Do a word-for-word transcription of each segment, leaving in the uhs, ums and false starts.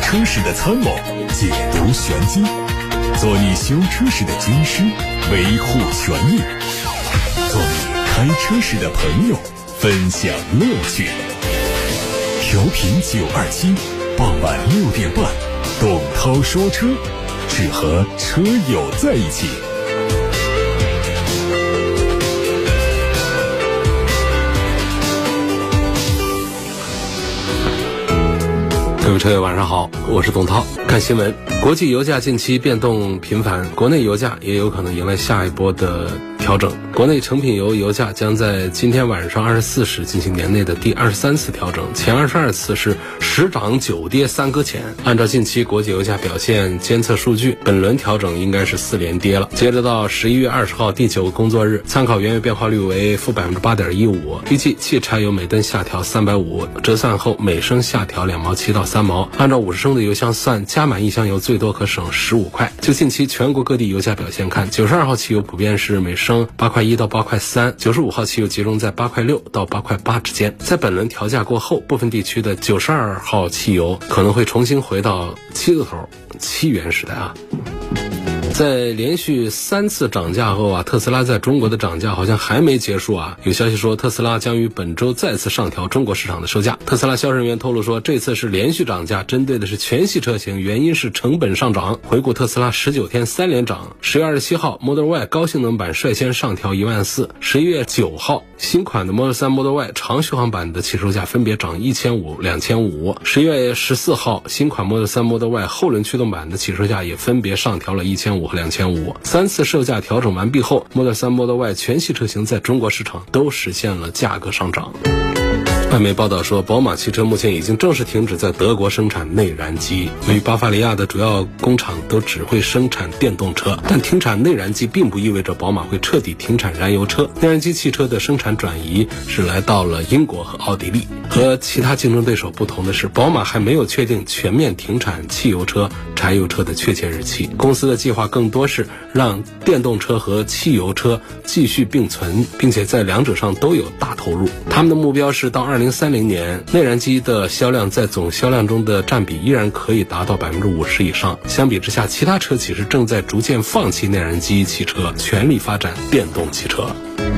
车时的参谋，解读玄机，做你修车时的军师，维护权益，做你开车时的朋友，分享乐趣。调频九二七，傍晚六点半，董涛说车，只和车友在一起。 各位车友晚上好，我是董涛。看新闻，国际油价近期变动频繁，国内油价也有可能迎来下一波的调整。国内成品油油价将在今天晚上二十四时进行年内的第二十三次调整，前二十二次是十涨九跌三搁浅。按照近期国际油价表现监测数据，本轮调整应该是四连跌了。接着到十一月二十号第九个工作日，参考原油变化率为负百分之八点一五，预计汽柴油每吨下调三百五，折算后每升下调两毛七到三毛。按照五十升的油箱算，加满一箱油最多可省十五块。就近期全国各地油价表现看，九十二号汽油普遍是每升八块一到八块三，九十五号汽油集中在八块六到八块八之间。在本轮调价过后，部分地区的九十二号汽油可能会重新回到七字头七元时代啊。在连续三次涨价后啊，特斯拉在中国的涨价好像还没结束啊。有消息说，特斯拉将于本周再次上调中国市场的售价。特斯拉销售人员透露说，这次是连续涨价，针对的是全系车型，原因是成本上涨。回顾特斯拉十九天三连涨，十月二十七号 Model Y 高性能版率先上调一万四，十一月九号新款的 Model 三 Model Y 长续航版的起售价分别涨一千五、两千五。十一月十四号新款 Model 三 Model Y 后轮驱动版的起售价也分别上调了一千五和两千五。三次售价调整完毕后， Model 三 Model Y 全系车型在中国市场都实现了价格上涨。外媒报道说，宝马汽车目前已经正式停止在德国生产内燃机，由于巴伐利亚的主要工厂都只会生产电动车，但停产内燃机并不意味着宝马会彻底停产燃油车。内燃机汽车的生产转移是来到了英国和奥地利。和其他竞争对手不同的是，宝马还没有确定全面停产汽油车、柴油车的确切日期。公司的计划更多是让电动车和汽油车继续并存，并且在两者上都有大投入。他们的目标是到二零三零年，内燃机的销量在总销量中的占比依然可以达到百分之五十以上。相比之下，其他车企是正在逐渐放弃内燃机汽车，全力发展电动汽车。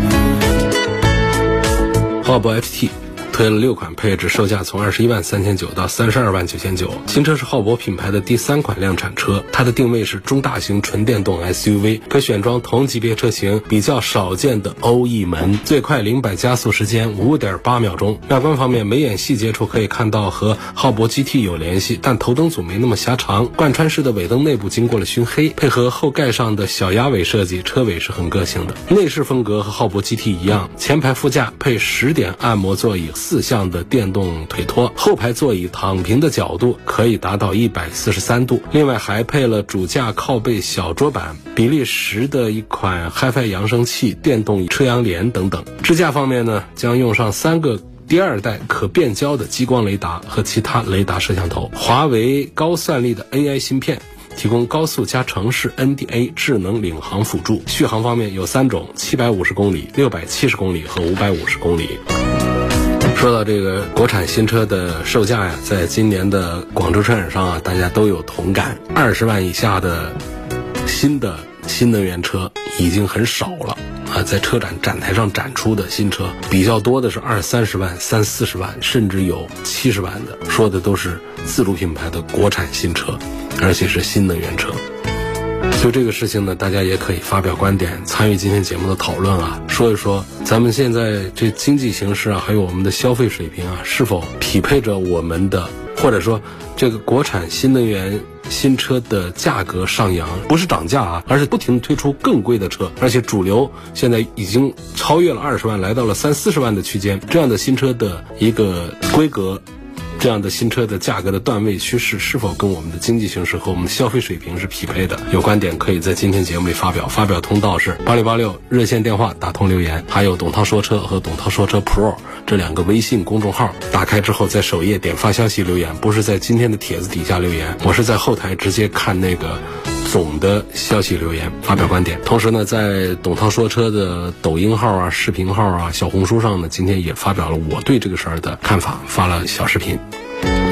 浩博 F T推了六款配置，售价从二十一万三千九到三十二万九千九。新车是浩博品牌的第三款量产车，它的定位是中大型纯电动 S U V， 可选装同级别车型比较少见的欧翼门，最快零百加速时间 五点八秒钟。外观方面，眉眼细节处可以看到和浩博 G T 有联系，但头灯组没那么狭长。贯穿式的尾灯内部经过了熏黑，配合后盖上的小鸭尾设计，车尾是很个性的。内饰风格和浩博 G T 一样，前排副驾配十点按摩座椅，四项的电动腿托，后排座椅躺平的角度可以达到一百四十三度。另外还配了主驾靠背小桌板、比利时的一款 Hi-Fi 扬声器、电动车阳帘等等。支架方面呢，将用上三个第二代可变焦的激光雷达和其他雷达摄像头，华为高算力的 A I 芯片，提供高速加城市 N D A 智能领航辅助。续航方面有三种，七百五十公里、六百七十公里和五百五十公里。说到这个国产新车的售价呀，在今年的广州车展上啊，大家都有同感。二十万以下的新的新能源车已经很少了啊，在车展展台上展出的新车比较多的是二三十万、三四十万，甚至有七十万的，说的都是自主品牌的国产新车，而且是新能源车。就这个事情呢，大家也可以发表观点，参与今天节目的讨论啊，说一说咱们现在这经济形势啊，还有我们的消费水平啊，是否匹配着我们的，或者说这个国产新能源新车的价格上扬，不是涨价啊，而是不停推出更贵的车，而且主流现在已经超越了二十万，来到了三四十万的区间，这样的新车的一个规格，这样的新车的价格的段位趋势是否跟我们的经济形势和我们的消费水平是匹配的？有观点可以在今天节目里发表，发表通道是八六八六热线电话打通留言，还有董涛说车和董涛说车 Pro 这两个微信公众号，打开之后在首页点发消息留言，不是在今天的帖子底下留言，我是在后台直接看那个总的消息留言发表观点。同时呢，在董涛说车的抖音号啊、视频号啊、小红书上呢，今天也发表了我对这个事儿的看法，发了小视频。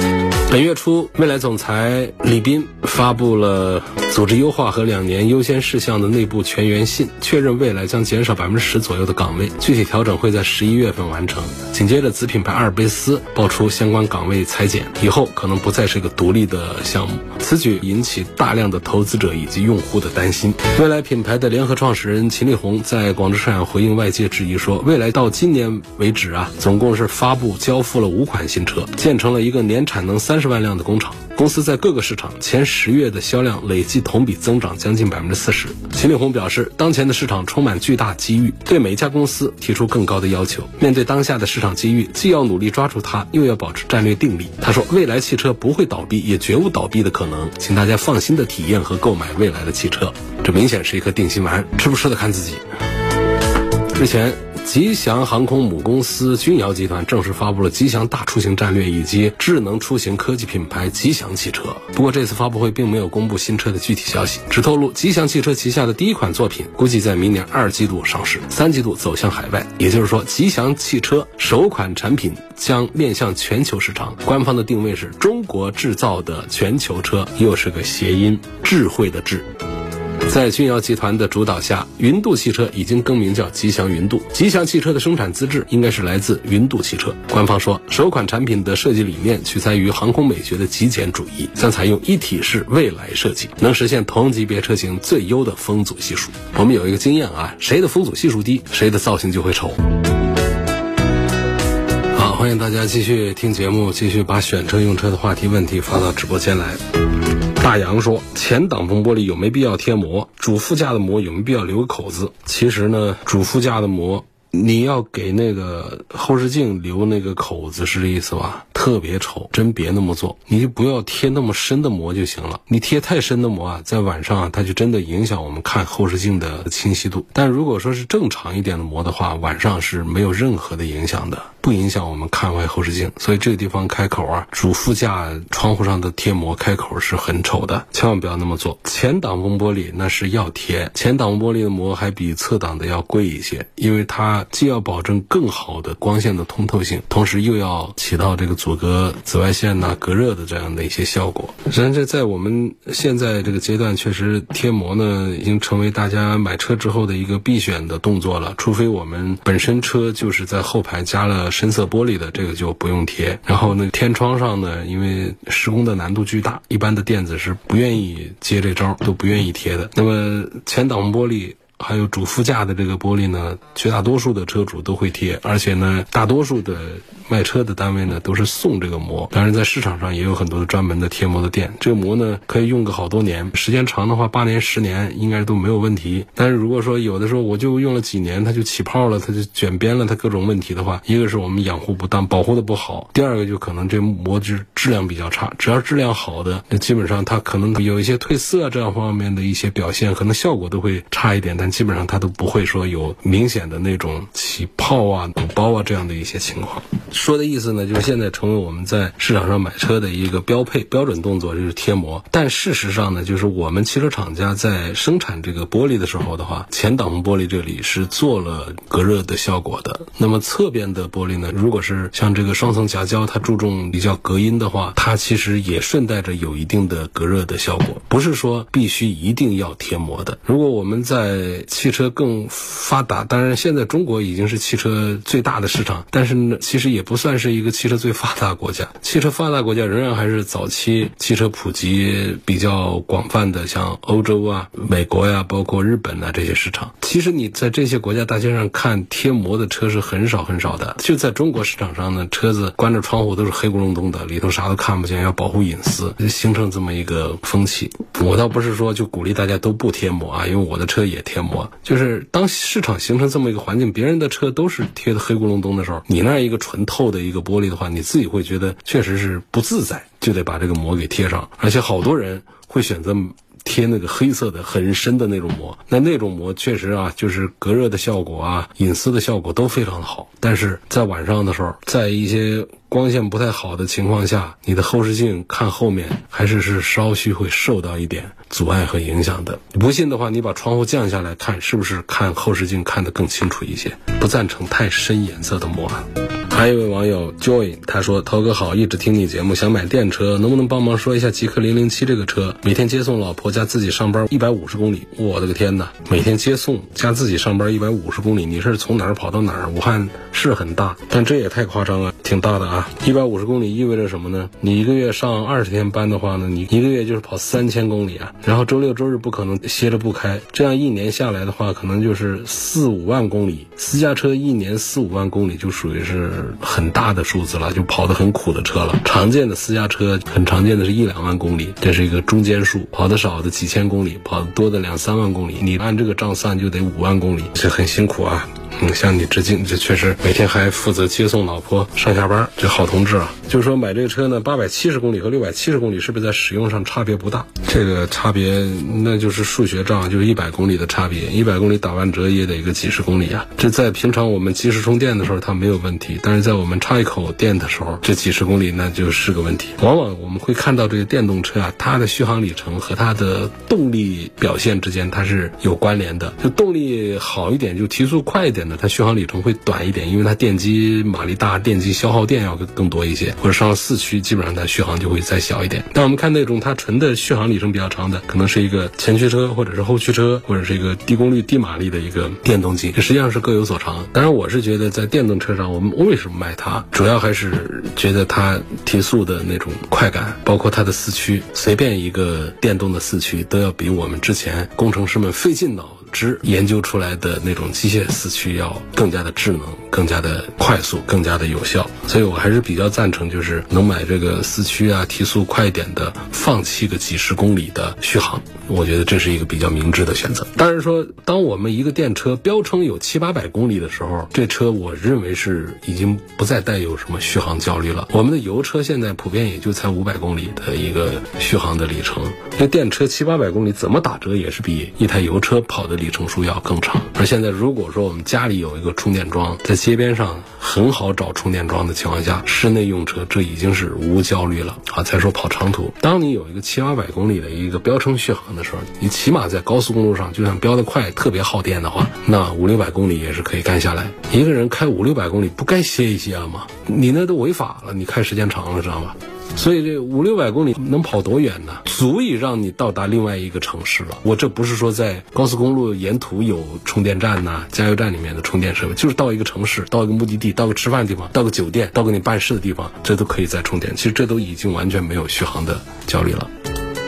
本月初，蔚来总裁李斌发布了组织优化和两年优先事项的内部全员信，确认蔚来将减少百分之十左右的岗位，具体调整会在十一月份完成。紧接着，子品牌阿尔卑斯爆出相关岗位裁减，以后可能不再是个独立的项目。此举引起大量的投资者以及用户的担心。蔚来品牌的联合创始人秦力红在广州车展回应外界质疑说，蔚来到今年为止啊，总共是发布交付了五款新车，建成了一个年产能三十万辆的工厂。公司在各个市场前十月的销量累计同比增长将近百分之四十。秦力红表示，当前的市场充满巨大机遇，对每一家公司提出更高的要求。面对当下的市场机遇，既要努力抓住它，又要保持战略定力。他说，蔚来汽车不会倒闭，也绝无倒闭的可能，请大家放心的体验和购买蔚来的汽车。这明显是一颗定心丸，吃不吃的看自己。之前吉祥航空母公司君瑶集团正式发布了吉祥大出行战略以及智能出行科技品牌吉祥汽车。不过这次发布会并没有公布新车的具体消息，只透露吉祥汽车旗下的第一款作品估计在明年二季度上市，三季度走向海外。也就是说，吉祥汽车首款产品将面向全球市场，官方的定位是中国制造的全球车，又是个谐音，智慧的智。在君瑶集团的主导下，云度汽车已经更名叫吉祥云度。吉祥汽车的生产资质应该是来自云度汽车。官方说，首款产品的设计理念取材于航空美学的极简主义，将采用一体式未来设计，能实现同级别车型最优的风阻系数。我们有一个经验啊，谁的风阻系数低，谁的造型就会丑。好，欢迎大家继续听节目，继续把选车用车的话题问题发到直播间来。大洋说，前挡风玻璃有没必要贴膜？主副驾的膜有没必要留个口子？其实呢，主副驾的膜你要给那个后视镜留那个口子是这意思吧？特别丑，真别那么做，你就不要贴那么深的膜就行了。你贴太深的膜啊，在晚上啊，它就真的影响我们看后视镜的清晰度。但如果说是正常一点的膜的话，晚上是没有任何的影响的，不影响我们看外后视镜。所以这个地方开口啊，主副驾窗户上的贴膜开口是很丑的，千万不要那么做。前挡风玻璃那是要贴，前挡风玻璃的膜还比侧挡的要贵一些，因为它既要保证更好的光线的通透性，同时又要起到这个阻隔紫外线呐、隔热的这样的一些效果。实际上这在我们现在这个阶段，确实贴膜呢已经成为大家买车之后的一个必选的动作了，除非我们本身车就是在后排加了深色玻璃的，这个就不用贴。然后呢，天窗上呢，因为施工的难度巨大，一般的店子是不愿意接这招，都不愿意贴的。那么前挡玻璃还有主副驾的这个玻璃呢，绝大多数的车主都会贴，而且呢，大多数的卖车的单位呢都是送这个膜。当然在市场上也有很多的专门的贴膜的店，这个膜呢可以用个好多年，时间长的话八年十年应该都没有问题。但是如果说有的时候我就用了几年它就起泡了，它就卷边了，它各种问题的话，一个是我们养护不当，保护的不好，第二个就可能这膜质质量比较差。只要质量好的，那基本上它可能有一些褪色这样方面的一些表现，可能效果都会差一点，但基本上它都不会说有明显的那种起泡啊、鼓包啊这样的一些情况。说的意思呢，就是现在成为我们在市场上买车的一个标配标准动作，就是贴膜。但事实上呢，就是我们汽车厂家在生产这个玻璃的时候的话，前挡风玻璃这里是做了隔热的效果的。那么侧边的玻璃呢，如果是像这个双层夹胶，它注重比较隔音的话，它其实也顺带着有一定的隔热的效果，不是说必须一定要贴膜的。如果我们在汽车更发达，当然现在中国已经是汽车最大的市场，但是呢，其实也不算是一个汽车最发达国家。汽车发达国家仍然还是早期汽车普及比较广泛的，像欧洲啊、美国呀、包括日本啊这些市场。其实你在这些国家大街上看贴膜的车是很少很少的，就在中国市场上呢，车子关着窗户都是黑咕隆咚的，里头啥都看不见，要保护隐私，形成这么一个风气。我倒不是说就鼓励大家都不贴膜啊，因为我的车也贴膜，就是当市场形成这么一个环境，别人的车都是贴的黑咕隆咚的时候，你那一个纯透的一个玻璃的话，你自己会觉得确实是不自在，就得把这个膜给贴上。而且好多人会选择贴那个黑色的很深的那种膜，那那种膜确实啊，就是隔热的效果啊、隐私的效果都非常的好。但是在晚上的时候，在一些光线不太好的情况下，你的后视镜看后面还是是稍许会受到一点阻碍和影响的。不信的话，你把窗户降下来看，是不是看后视镜看得更清楚一些？不赞成太深颜色的膜啊。 还有一位网友 Joy， 他说涛哥好，一直听你节目，想买电车，能不能帮忙说一下极氪零零七这个车？每天接送老婆加自己上班一百五十公里，我的个天哪！每天接送加自己上班一百五十公里，你是从哪儿跑到哪儿？武汉是很大，但这也太夸张了，挺大的啊！一百五十公里意味着什么呢？你一个月上二十天班的话呢，你一个月就是跑三千公里啊，然后周六周日不可能歇着不开，这样一年下来的话，可能就是四五万公里。私家车一年四五万公里就属于是很大的数字了，就跑得很苦的车了。常见的私家车很常见的是一两万公里，这是一个中间数，跑得少的几千公里，跑得多的两三万公里，你按这个账算就得五万公里，这很辛苦啊。嗯，向你致敬，这确实每天还负责接送老婆上下班，这好同志啊！就是说买这个车呢，八百七十公里和六百七十公里是不是在使用上差别不大？这个差别那就是数学账，就是一百公里的差别，一百公里打完折也得一个几十公里啊。这在平常我们即时充电的时候它没有问题，但是在我们插一口电的时候，这几十公里那就是个问题。往往我们会看到这个电动车啊，它的续航里程和它的动力表现之间它是有关联的。就动力好一点，就提速快一点，它续航里程会短一点，因为它电机马力大，电机消耗电要更多一些，或者上了四驱基本上它续航就会再小一点。但我们看那种它纯的续航里程比较长的，可能是一个前驱车或者是后驱车，或者是一个低功率低马力的一个电动机，实际上是各有所长。当然我是觉得在电动车上我们为什么买它，主要还是觉得它提速的那种快感，包括它的四驱，随便一个电动的四驱都要比我们之前工程师们费尽脑汁研究出来的那种机械四驱要更加的智能，更加的快速，更加的有效。所以我还是比较赞成就是能买这个四驱啊，提速快一点的，放弃个几十公里的续航，我觉得这是一个比较明智的选择。当然说当我们一个电车标称有七八百公里的时候，这车我认为是已经不再带有什么续航焦虑了。我们的油车现在普遍也就才五百公里的一个续航的里程，那电车七八百公里怎么打折也是比一台油车跑的里程数要更长。而现在如果说我们家里有一个充电桩，在街边上很好找充电桩的情况下，室内用车这已经是无焦虑了啊！再说跑长途，当你有一个七八百公里的一个标称续航的时候，你起码在高速公路上就算飙得快特别耗电的话，那五六百公里也是可以干下来。一个人开五六百公里不该歇一歇吗？你那都违法了，你开时间长了知道吗？所以这五六百公里能跑多远呢？足以让你到达另外一个城市了。我这不是说在高速公路沿途有充电站呐、加油站里面的充电设备，就是到一个城市，到一个目的地，到个吃饭的地方，到个酒店，到个你办事的地方，这都可以再充电。其实这都已经完全没有续航的焦虑了。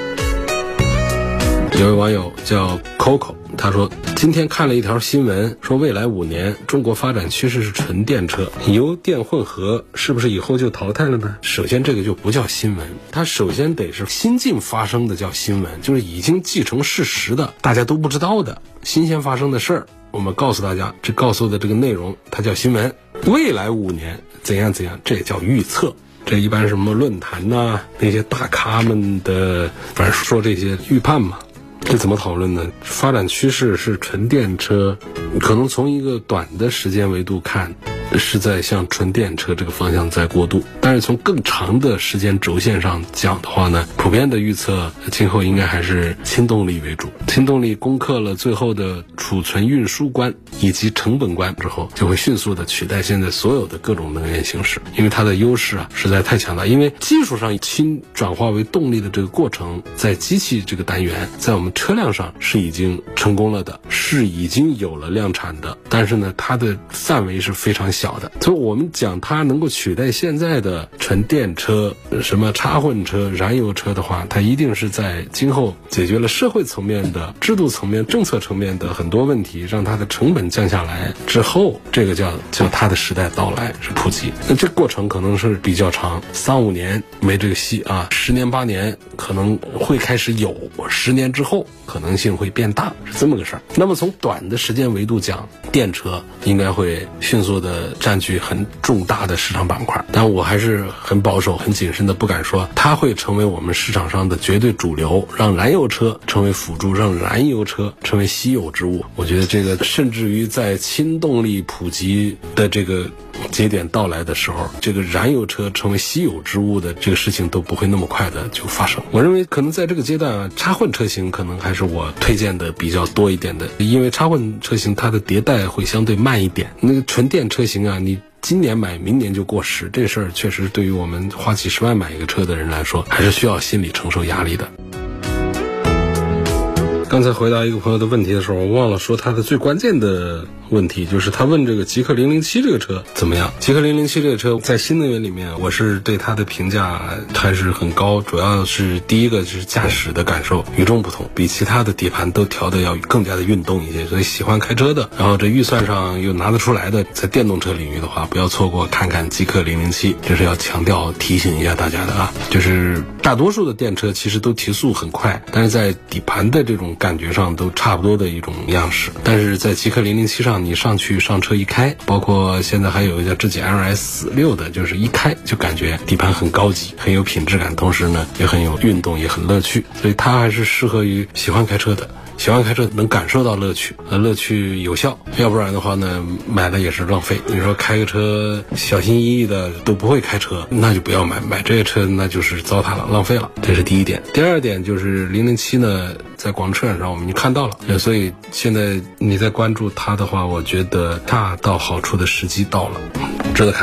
有位网友叫 Coco， 他说今天看了一条新闻，说未来五年中国发展趋势是纯电车，油电混合是不是以后就淘汰了呢？首先这个就不叫新闻，它首先得是新近发生的叫新闻，就是已经既成事实的大家都不知道的新鲜发生的事儿，我们告诉大家，这告诉的这个内容它叫新闻。未来五年怎样怎样，这也叫预测。这一般什么论坛呐、啊，那些大咖们的反正说这些预判嘛。这怎么讨论呢？发展趋势是纯电车，可能从一个短的时间维度看是在向纯电车这个方向在过渡，但是从更长的时间轴线上讲的话呢，普遍的预测今后应该还是氢动力为主。氢动力攻克了最后的储存运输关以及成本关之后，就会迅速的取代现在所有的各种能源形式，因为它的优势啊实在太强大。因为技术上氢转化为动力的这个过程，在机器这个单元，在我们车辆上是已经成功了的，是已经有了量产的，但是呢它的范围是非常小的。所以我们讲它能够取代现在的纯电车、什么插混车、燃油车的话，它一定是在今后解决了社会层面的、制度层面、政策层面的很多问题，让它的成本降下来之后，这个叫叫它的时代到来是普及。那这过程可能是比较长，三五年没这个戏啊，十年八年可能会开始有，十年之后可能性会变大，是这么个事儿。那么从短的时间维度讲，电车应该会迅速的占据很重大的市场板块，但我还是很保守、很谨慎的，不敢说它会成为我们市场上的绝对主流，让燃油车成为辅助，让燃油车成为稀有之物。我觉得这个甚至于在氢动力普及的这个节点到来的时候，这个燃油车成为稀有之物的这个事情都不会那么快的就发生。我认为可能在这个阶段啊，插混车型可能还是我推荐的比较多一点的，因为插混车型它的迭代会相对慢一点，那个纯电车型行啊，你今年买明年就过时，这事儿确实对于我们花几十万买一个车的人来说，还是需要心理承受压力的。刚才回答一个朋友的问题的时候，我忘了说他的最关键的问题，就是他问这个极氪零零七这个车怎么样。极氪零零七这个车在新能源里面，我是对它的评价还是很高，主要是第一个就是驾驶的感受与众不同，比其他的底盘都调的要更加的运动一些，所以喜欢开车的，然后这预算上又拿得出来的，在电动车领域的话，不要错过看看极氪零零七，这是要强调提醒一下大家的啊。就是大多数的电车其实都提速很快，但是在底盘的这种感觉上都差不多的一种样式，但是在极氪零零七上，你上去上车一开，包括现在还有一家智己 L S 六的，就是一开就感觉底盘很高级，很有品质感，同时呢也很有运动，也很乐趣，所以它还是适合于喜欢开车的。喜欢开车能感受到乐趣，呃，乐趣有效，要不然的话呢，买了也是浪费。你说开个车小心翼翼的都不会开车，那就不要买，买这个车那就是糟蹋了，浪费了。这是第一点。第二点就是零零七呢，在广车上我们已经看到了，所以现在你在关注它的话，我觉得恰到好处的时机到了，值得看。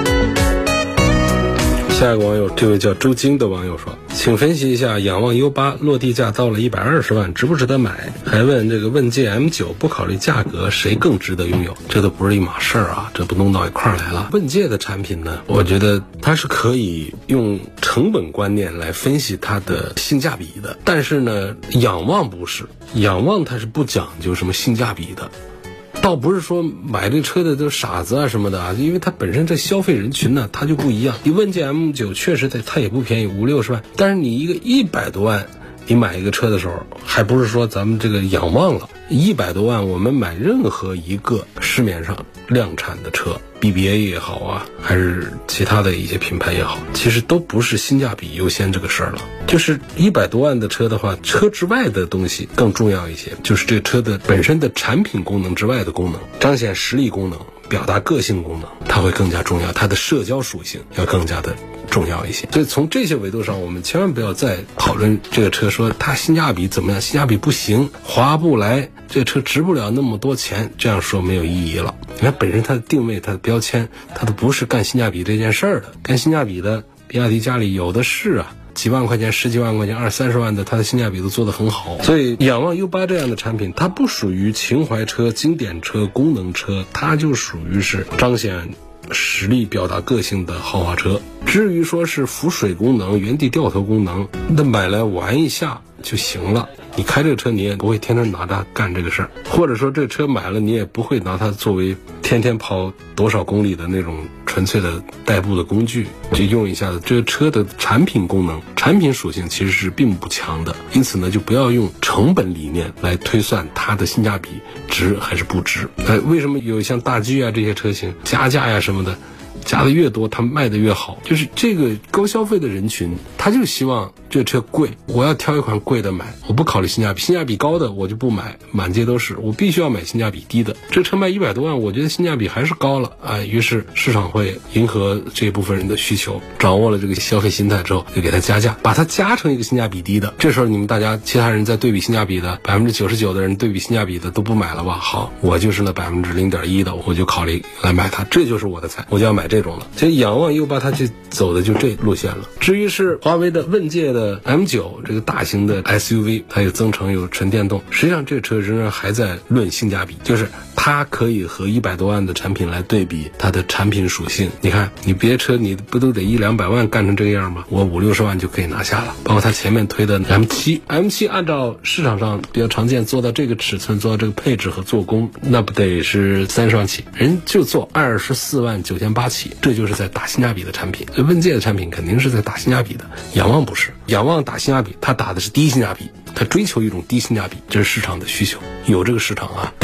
下一个网友，这位叫周京的网友说，请分析一下仰望 U 八 落地价到了一百二十万值不值得买，还问这个问界 M 九 不考虑价格谁更值得拥有，这都不是一码事儿啊，这不弄到一块儿来了。问界的产品呢，我觉得它是可以用成本观念来分析它的性价比的，但是呢仰望不是，仰望它是不讲究什么性价比的，倒不是说买这车的都傻子啊什么的啊，因为它本身这消费人群呢，它就不一样。你问界 M 九 确实它也不便宜，五六十万，但是你一个一百多万，你买一个车的时候，还不是说咱们这个仰望了，一百多万我们买任何一个市面上量产的车 B B A 也好啊，还是其他的一些品牌也好，其实都不是性价比优先这个事儿了。就是一百多万的车的话，车之外的东西更重要一些，就是这个车的本身的产品功能之外的功能，彰显实力功能，表达个性功能，它会更加重要，它的社交属性要更加的重要一些。所以从这些维度上，我们千万不要再讨论这个车说它性价比怎么样，性价比不行，划不来，这车值不了那么多钱，这样说没有意义了。你看本身它的定位，它的标签，它都不是干性价比这件事儿的，干性价比的比亚迪家里有的是啊，几万块钱十几万块钱二三十万的，它的性价比都做得很好。所以仰望 U 八 这样的产品，它不属于情怀车、经典车、功能车，它就属于是彰显实力表达个性的豪华车。至于说是浮水功能、原地掉头功能，那买来玩一下就行了，你开这个车你也不会天天拿它干这个事儿，或者说这车买了你也不会拿它作为天天跑多少公里的那种纯粹的代步的工具，就用一下子。这个车的产品功能、产品属性其实是并不强的，因此呢，就不要用成本理念来推算它的性价比值还是不值。哎，为什么有像大 G 啊这些车型加价呀什么的，加的越多它卖的越好？就是这个高消费的人群，他就希望这个车贵，我要挑一款贵的买，我不考虑性价比，性价比高的我就不买，满街都是，我必须要买性价比低的。这车卖一百多万，我觉得性价比还是高了啊，于是市场会迎合这一部分人的需求，掌握了这个消费心态之后，就给它加价，把它加成一个性价比低的。这时候你们大家其他人在对比性价比的，百分之九十九的人对比性价比的都不买了吧？好，我就是那百分之零点一的，我就考虑来买它，这就是我的菜，我就要买这种了。所以仰望 U 八 它就走的就这路线了。至于是华为的问界的 M 九 这个大型的 S U V， 它有增程有纯电动，实际上这车仍然还在论性价比，就是它可以和一百多万的产品来对比它的产品属性。你看你别车你不都得一两百万干成这个样吗？我五六十万就可以拿下了。包括它前面推的 M 七 M 七 按照市场上比较常见做到这个尺寸，做到这个配置和做工，那不得是三十万起，人就做二十四万九千八起，这就是在打性价比的产品。问界的产品肯定是在打性价比的，仰望不是，仰望打性价比，它打的是低性价比，它追求一种低性价比，这是市场的需求，有这个市场啊。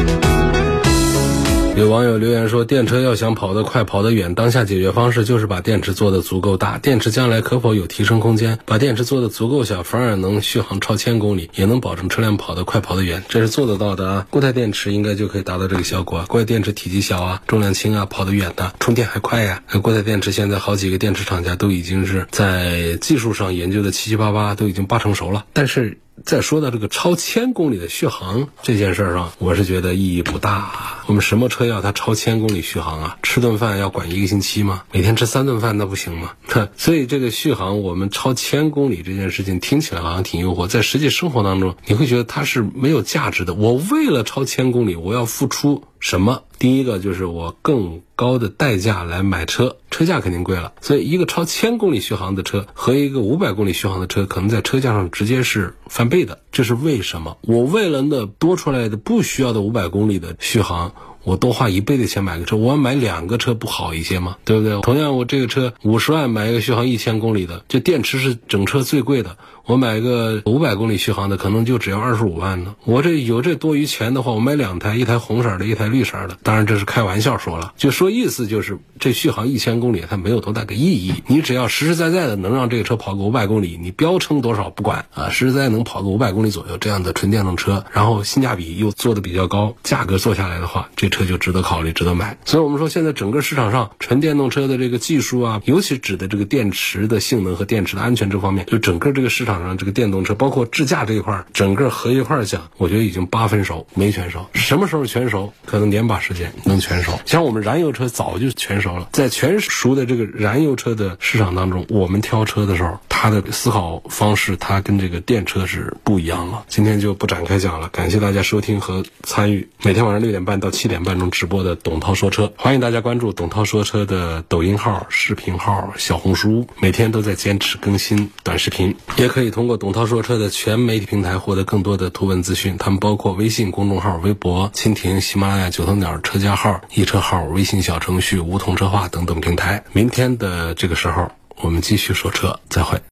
有网友留言说，电车要想跑得快跑得远，当下解决方式就是把电池做得足够大，电池将来可否有提升空间？把电池做得足够小，反而能续航超千公里，也能保证车辆跑得快跑得远，这是做得到的啊。固态电池应该就可以达到这个效果啊。固态电池体积小啊，重量轻啊，跑得远的，充电还快呀、啊。固态电池现在好几个电池厂家都已经是在技术上研究的七七八八，都已经八成熟了。但是再说到这个超千公里的续航这件事上，我是觉得意义不大。我们什么车要它超千公里续航啊？吃顿饭要管一个星期吗？每天吃三顿饭那不行吗？所以这个续航，我们超千公里这件事情听起来好像挺诱惑，在实际生活当中你会觉得它是没有价值的。我为了超千公里，我要付出什么？第一个就是我更高的代价来买车，车价肯定贵了，所以一个超千公里续航的车和一个五百公里续航的车可能在车价上直接是翻倍的。这是为什么？我为了那多出来的不需要的五百公里的续航，我多花一倍的钱买个车，我要买两个车不好一些吗？对不对？同样我这个车五十万买一个续航一千公里的，这电池是整车最贵的，我买个五百公里续航的可能就只要二十五万呢。我这有这多余钱的话，我买两台，一台红色的，一台绿色的。当然这是开玩笑说了，就说意思就是这续航一千公里它没有多大个意义。你只要实实在在的能让这个车跑个五百公里，你标称多少不管啊，实实在在能跑个五百公里左右这样的纯电动车，然后性价比又做的比较高，价格做下来的话，这车就值得考虑，值得买。所以我们说现在整个市场上纯电动车的这个技术啊，尤其指的这个电池的性能和电池的安全这方面，就整个这个市场上这个电动车包括智驾这一块，整个合一块讲，我觉得已经八分熟没全熟。什么时候全熟？可能年把时间能全熟。像我们燃油车早就全熟了。在全熟的这个燃油车的市场当中，我们挑车的时候，它的思考方式它跟这个电车是不一样了。今天就不展开讲了，感谢大家收听和参与每天晚上六点半到七点半中直播的董涛说车，欢迎大家关注董涛说车的抖音号、视频号、小红书，每天都在坚持更新短视频，也可以通过董涛说车的全媒体平台获得更多的图文资讯，他们包括微信公众号、微博、蜻蜓、喜马拉雅、九头鸟车家号、易车号、微信小程序、梧桐车话等等平台。明天的这个时候我们继续说车，再会。